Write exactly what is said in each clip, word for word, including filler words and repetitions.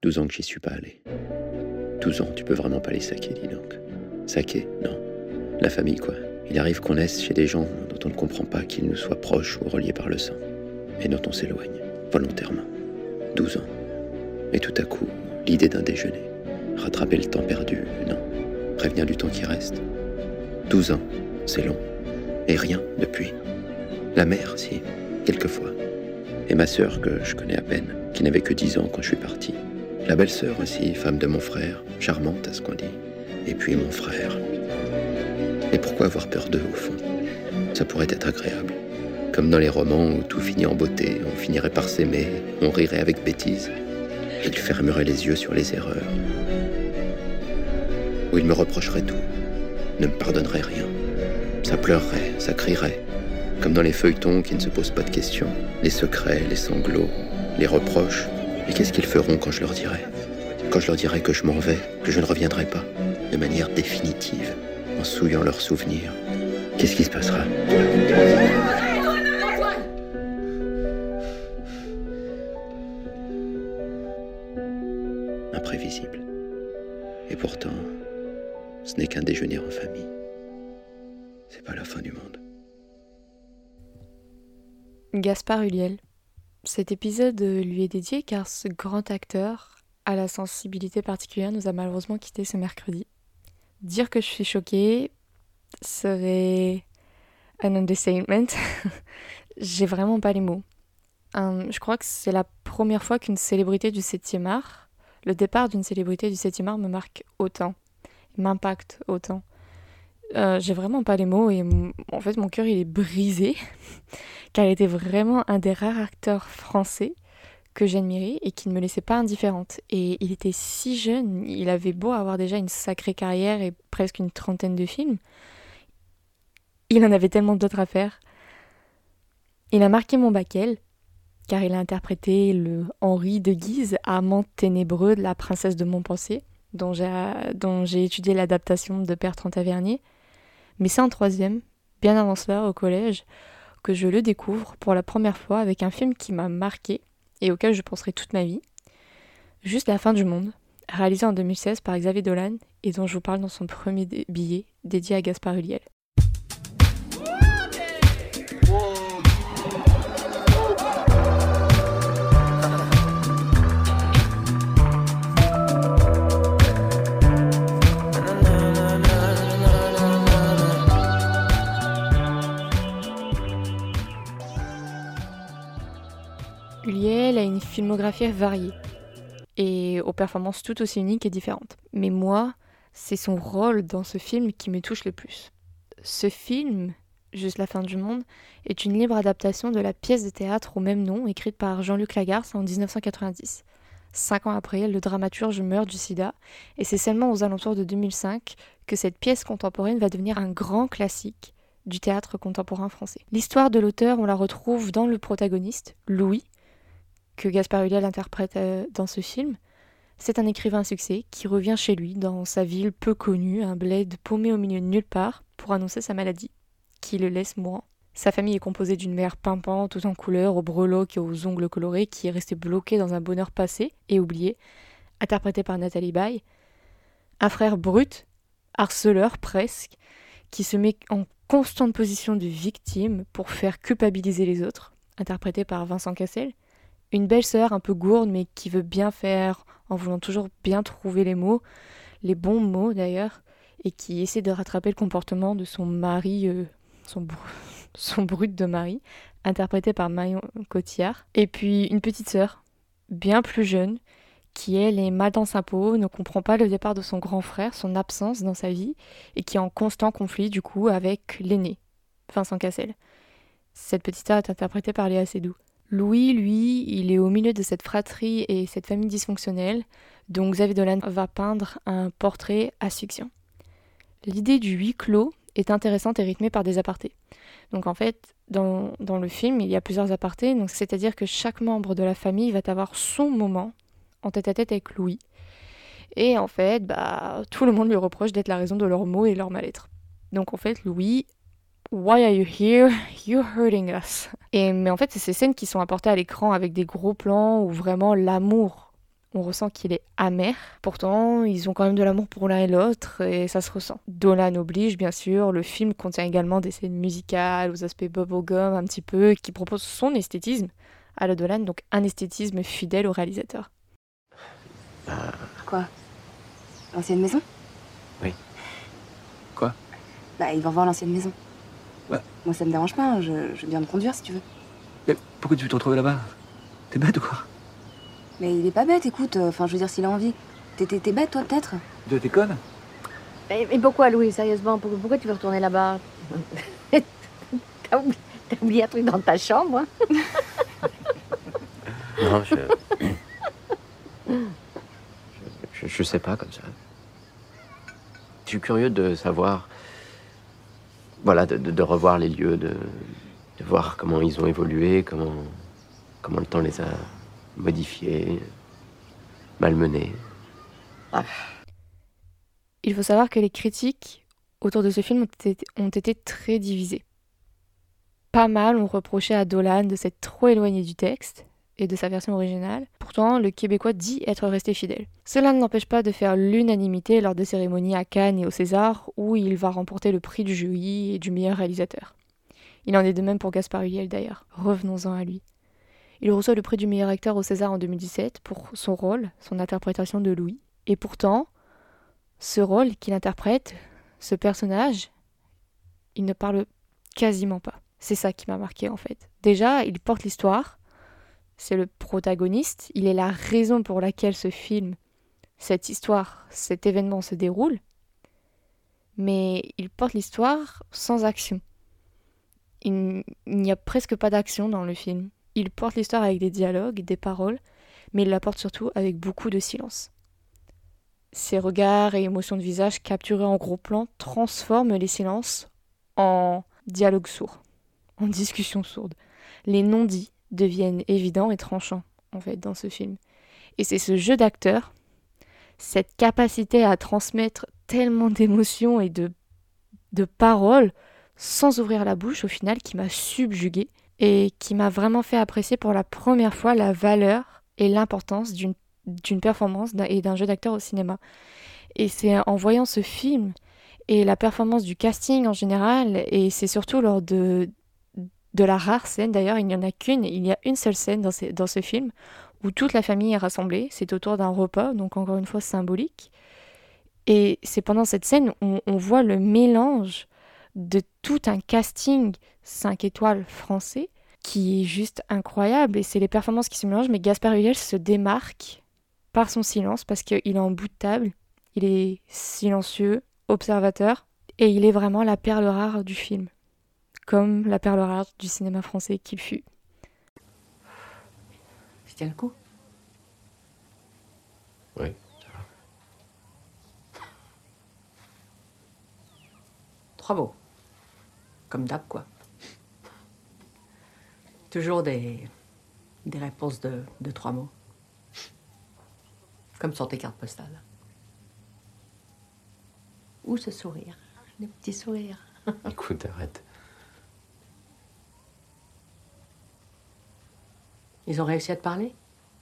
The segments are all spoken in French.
douze ans que j'y suis pas allé. douze ans, tu peux vraiment pas les saquer, dis donc. Saquer, non. La famille, quoi. Il arrive qu'on naisse chez des gens dont on ne comprend pas qu'ils nous soient proches ou reliés par le sang, et dont on s'éloigne, volontairement. douze ans. Et tout à coup, l'idée d'un déjeuner. Rattraper le temps perdu, non. Prévenir du temps qui reste. douze ans, c'est long. Et rien depuis. La mère, si, quelquefois. Et ma sœur, que je connais à peine, qui n'avait que dix ans quand je suis parti. La belle-sœur aussi, femme de mon frère, charmante à ce qu'on dit. Et puis mon frère. Et pourquoi avoir peur d'eux, au fond ? Ça pourrait être agréable. Comme dans les romans où tout finit en beauté, on finirait par s'aimer, on rirait avec bêtise. Il fermerait les yeux sur les erreurs. Ou il me reprocherait tout, ne me pardonnerait rien. Ça pleurerait, ça crierait. Comme dans les feuilletons qui ne se posent pas de questions. Les secrets, les sanglots, les reproches. Et qu'est-ce qu'ils feront quand je leur dirai ? Quand je leur dirai que je m'en vais, que je ne reviendrai pas, de manière définitive, en souillant leurs souvenirs. Qu'est-ce qui se passera ? Imprévisible. Et pourtant, ce n'est qu'un déjeuner en famille. C'est pas la fin du monde. Gaspard Ulliel. Cet épisode lui est dédié car ce grand acteur, à la sensibilité particulière, nous a malheureusement quittés ce mercredi. Dire que je suis choquée serait un understatement. J'ai vraiment pas les mots. Um, je crois que c'est la première fois qu'une célébrité du septième art, le départ d'une célébrité du septième art me marque autant, m'impacte autant. Euh, j'ai vraiment pas les mots et m- en fait mon cœur il est brisé car il était vraiment un des rares acteurs français que j'admirais et qui ne me laissait pas indifférente. Et il était si jeune, il avait beau avoir déjà une sacrée carrière et presque une trentaine de films, il en avait tellement d'autres à faire. Il a marqué mon baquel car il a interprété le Henri de Guise, amant ténébreux de la princesse de Montpensier, dont j'ai, dont j'ai étudié l'adaptation de Bertrand Tavernier. Mais c'est en troisième, bien avant cela, au collège, que je le découvre pour la première fois avec un film qui m'a marqué et auquel je penserai toute ma vie. Juste la fin du monde, réalisé en deux mille seize par Xavier Dolan et dont je vous parle dans son premier dé- billet dédié à Gaspard Ulliel. Ulliel a une filmographie variée et aux performances tout aussi uniques et différentes. Mais moi, c'est son rôle dans ce film qui me touche le plus. Ce film, Juste la fin du monde, est une libre adaptation de la pièce de théâtre au même nom, écrite par Jean-Luc Lagarce en dix-neuf cent quatre-vingt-dix. Cinq ans après, le dramaturge meurt du sida, et c'est seulement aux alentours de deux mille cinq que cette pièce contemporaine va devenir un grand classique du théâtre contemporain français. L'histoire de l'auteur, on la retrouve dans le protagoniste, Louis, que Gaspard Ulliel interprète euh, dans ce film. C'est un écrivain à succès qui revient chez lui, dans sa ville peu connue, un bled paumé au milieu de nulle part, pour annoncer sa maladie, qui le laisse mourant. Sa famille est composée d'une mère pimpante, tout en couleurs, aux breloques et aux ongles colorés, qui est restée bloquée dans un bonheur passé et oublié, interprété par Nathalie Baye. Un frère brut, harceleur presque, qui se met en constante position de victime pour faire culpabiliser les autres, interprété par Vincent Cassel. Une belle-sœur un peu gourde, mais qui veut bien faire, en voulant toujours bien trouver les mots, les bons mots d'ailleurs, et qui essaie de rattraper le comportement de son mari, euh, son, br- son brut de mari, interprété par Marion Cotillard. Et puis une petite sœur, bien plus jeune, qui elle est mal dans sa peau, ne comprend pas le départ de son grand frère, son absence dans sa vie, et qui est en constant conflit du coup avec l'aîné, Vincent Cassel. Cette petite sœur est interprétée par Léa Seydoux. Louis, lui, il est au milieu de cette fratrie et cette famille dysfonctionnelle, dont Xavier Dolan va peindre un portrait à fiction. L'idée du huis clos est intéressante et rythmée par des apartés. Donc en fait, dans, dans le film, il y a plusieurs apartés, donc c'est-à-dire que chaque membre de la famille va avoir son moment en tête-à-tête avec Louis. Et en fait, bah, tout le monde lui reproche d'être la raison de leurs maux et leur mal-être. Donc en fait, Louis... Why are you here? You're hurting us. Et, mais en fait, c'est ces scènes qui sont apportées à l'écran avec des gros plans où vraiment l'amour On ressent qu'il est amer. Pourtant, ils ont quand même de l'amour pour l'un et l'autre et ça se ressent. Dolan oblige, bien sûr. Le film contient également des scènes musicales aux aspects bubblegum un petit peu qui proposent son esthétisme à la Dolan, donc un esthétisme fidèle au réalisateur. Bah, Quoi? L'ancienne maison? oui. Quoi? Bah, ils vont voir l'ancienne maison. Ouais. Moi, ça me dérange pas, hein, je, je veux bien me conduire si tu veux. Mais pourquoi tu veux te retrouver là-bas? T'es bête ou quoi? Mais il est pas bête, écoute, enfin, je veux dire, s'il a envie. T'es, t'es, t'es bête, toi, peut-être? De t'es conne? Mais, mais pourquoi, Louis, sérieusement, pourquoi, pourquoi tu veux retourner là-bas? T'as oublié, t'as oublié un truc dans ta chambre, hein? Non, je... je... Je sais pas, comme ça. Je suis curieux de savoir... Voilà, de, de, de revoir les lieux, de, de voir comment ils ont évolué, comment, comment le temps les a modifiés, malmenés. Ah. Il faut savoir que les critiques autour de ce film ont été, ont été très divisées. Pas mal ont reproché à Dolan de s'être trop éloigné du texte et de sa version originale. Pourtant, le Québécois dit être resté fidèle. Cela ne l'empêche pas de faire l'unanimité lors des cérémonies à Cannes et au César, où il va remporter le prix du jury et du meilleur réalisateur. Il en est de même pour Gaspard Ulliel d'ailleurs. Revenons-en à lui. Il reçoit le prix du meilleur acteur au César en deux mille dix-sept pour son rôle, son interprétation de Louis. Et pourtant, ce rôle qu'il interprète, ce personnage, il ne parle quasiment pas. C'est ça qui m'a marqué en fait. Déjà, il porte l'histoire, c'est le protagoniste, il est la raison pour laquelle ce film, cette histoire, cet événement se déroule, mais il porte l'histoire sans action. Il, il n'y a presque pas d'action dans le film. Il porte l'histoire avec des dialogues, des paroles, mais il la porte surtout avec beaucoup de silence. Ses regards et émotions de visage capturés en gros plan transforment les silences en dialogue sourd, en discussion sourde. Les non-dits deviennent évidents et tranchants, en fait, dans ce film. Et c'est ce jeu d'acteur, cette capacité à transmettre tellement d'émotions et de, de paroles sans ouvrir la bouche, au final, qui m'a subjuguée et qui m'a vraiment fait apprécier pour la première fois la valeur et l'importance d'une, d'une performance et d'un jeu d'acteur au cinéma. Et c'est en voyant ce film et la performance du casting en général, et c'est surtout lors de, de la rare scène, d'ailleurs il n'y en a qu'une, il y a une seule scène dans ce, dans ce film où toute la famille est rassemblée, c'est autour d'un repas, donc encore une fois symbolique. Et c'est pendant cette scène où on voit le mélange de tout un casting cinq étoiles français qui est juste incroyable, et c'est les performances qui se mélangent, mais Gaspard Ulliel se démarque par son silence parce qu'il est en bout de table, il est silencieux, observateur, et il est vraiment la perle rare du film, comme la perle rare du cinéma français qu'il fut. Ça tient le coup? Oui, ça va. Trois mots. Comme d'hab, quoi. Toujours des, des réponses de, de trois mots. Comme sur tes cartes postales. Ou ce sourire, le petit sourire. Écoute, arrête. Ils ont réussi à te parler?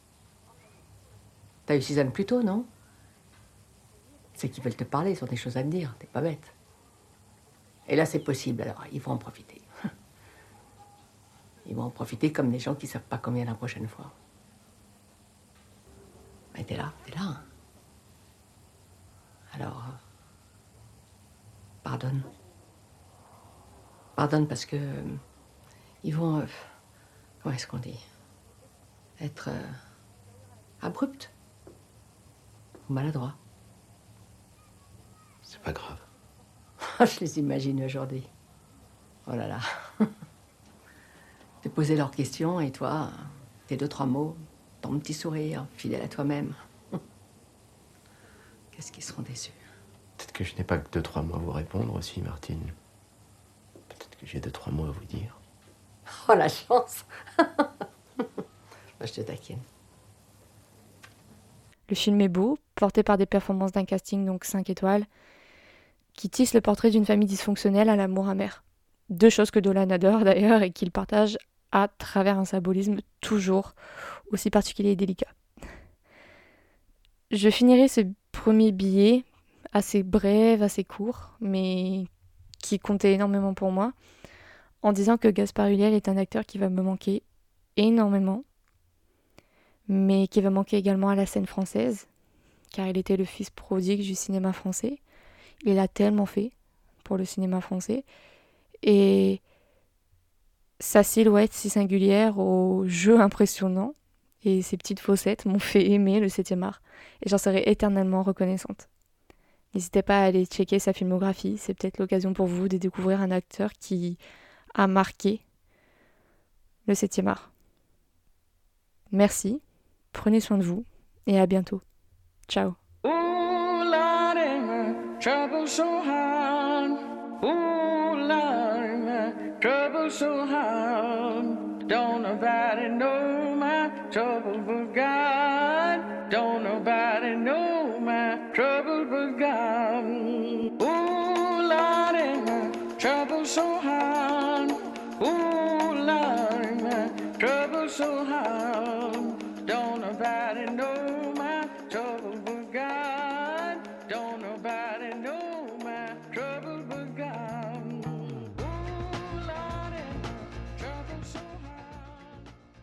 T'as eu Suzanne plus tôt, non? C'est qu'ils veulent te parler, ils ont des choses à te dire, t'es pas bête. Et là, c'est possible, alors ils vont en profiter. Ils vont en profiter comme des gens qui savent pas combien la prochaine fois. Mais t'es là, t'es là. Hein. Alors, euh, pardonne. Pardonne parce que euh, ils vont, euh, comment est-ce qu'on dit, être euh, abrupts ou maladroits. C'est pas grave. Je les imagine aujourd'hui. Oh là là. Te poser leurs questions et toi, tes deux, trois mots, ton petit sourire, fidèle à toi-même. Qu'est-ce qu'ils seront déçus. Peut-être que je n'ai pas que deux, trois mots à vous répondre aussi, Martine. Peut-être que j'ai deux, trois mots à vous dire. Oh la chance. Je te taquine. Le film est beau, porté par des performances d'un casting donc cinq étoiles, qui tisse le portrait d'une famille dysfonctionnelle à l'amour amer. Deux choses que Dolan adore d'ailleurs et qu'il partage à travers un symbolisme toujours aussi particulier et délicat. Je finirai ce premier billet, assez bref, assez court, mais qui comptait énormément pour moi, en disant que Gaspard Ulliel est un acteur qui va me manquer énormément, mais qui va manquer également à la scène française, car il était le fils prodigue du cinéma français. Il a tellement fait pour le cinéma français, et sa silhouette si singulière au jeu impressionnant et ses petites fossettes m'ont fait aimer le septième art, et j'en serai éternellement reconnaissante. N'hésitez pas à aller checker sa filmographie, c'est peut-être l'occasion pour vous de découvrir un acteur qui a marqué le septième art. Merci, prenez soin de vous et à bientôt. Ciao. Ooh, Lordy, my trouble so hard. Ooh, Lordy, my trouble so hard. Don't nobody know my trouble but God. Don't nobody know my trouble but God. Ooh, Lordy, my trouble so hard. Ooh, Lordy, my trouble so hard. Don't nobody know.